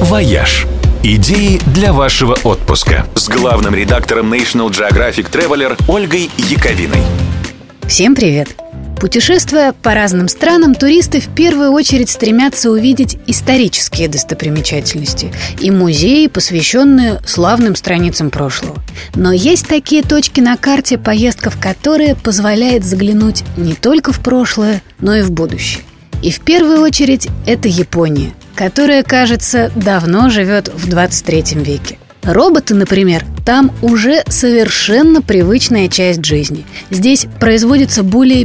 «Вояж». Идеи для вашего отпуска с главным редактором National Geographic Traveler Ольгой Яковиной. Всем привет! Путешествуя по разным странам, туристы в первую очередь стремятся увидеть исторические достопримечательности и музеи, посвященные славным страницам прошлого. Но есть такие точки на карте, поездка в которые позволяет заглянуть не только в прошлое, но и в будущее. И в первую очередь это Япония, которая, кажется, давно живет в 23 веке. Роботы, например, там уже совершенно привычная часть жизни. Здесь производится более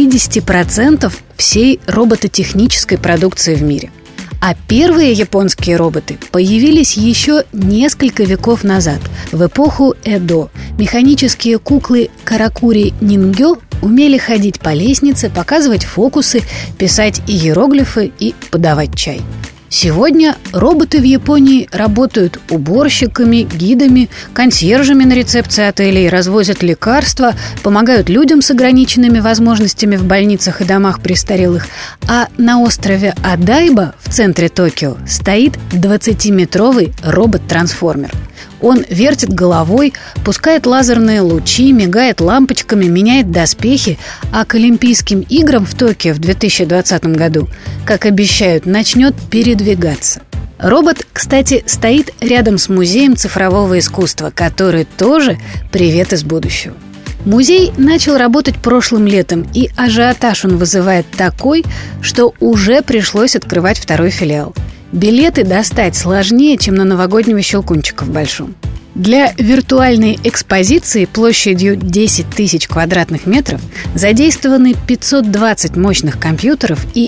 50% всей робототехнической продукции в мире. А первые японские роботы появились еще несколько веков назад, в эпоху Эдо. Механические куклы каракури-нингё умели ходить по лестнице, показывать фокусы, писать иероглифы и подавать чай. Сегодня роботы в Японии работают уборщиками, гидами, консьержами на рецепции отелей, развозят лекарства, помогают людям с ограниченными возможностями в больницах и домах престарелых. А на острове Одайба в центре Токио стоит 20-метровый робот-трансформер. Он вертит головой, пускает лазерные лучи, мигает лампочками, меняет доспехи, а к Олимпийским играм в Токио в 2020 году, как обещают, начнет передвигаться. Робот, кстати, стоит рядом с музеем цифрового искусства, который тоже привет из будущего. Музей начал работать прошлым летом, и ажиотаж он вызывает такой, что уже пришлось открывать второй филиал. Билеты достать сложнее, чем на новогоднего щелкунчика в Большом. Для виртуальной экспозиции площадью 10 тысяч квадратных метров задействованы 520 мощных компьютеров и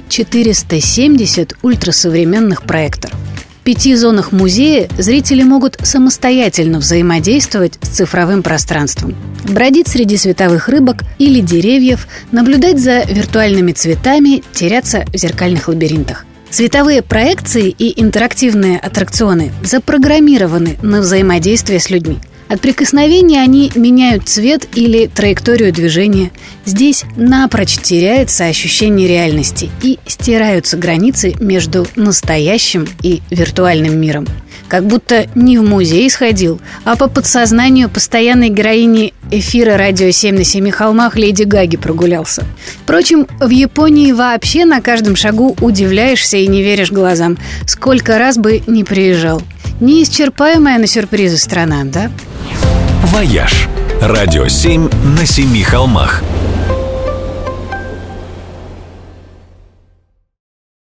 470 ультрасовременных проекторов. В 5 зонах музея зрители могут самостоятельно взаимодействовать с цифровым пространством, бродить среди световых рыбок или деревьев, наблюдать за виртуальными цветами, теряться в зеркальных лабиринтах. Световые проекции и интерактивные аттракционы запрограммированы на взаимодействие с людьми. От прикосновения они меняют цвет или траекторию движения. Здесь напрочь теряется ощущение реальности и стираются границы между настоящим и виртуальным миром. Как будто не в музей сходил, а по подсознанию постоянной героини эфира «Радио 7 на 7 холмах» Леди Гаги прогулялся. Впрочем, в Японии вообще на каждом шагу удивляешься и не веришь глазам. Сколько раз бы не приезжал. Неисчерпаемая на сюрпризы страна, да? «Вояж». Радио 7 на 7 холмах.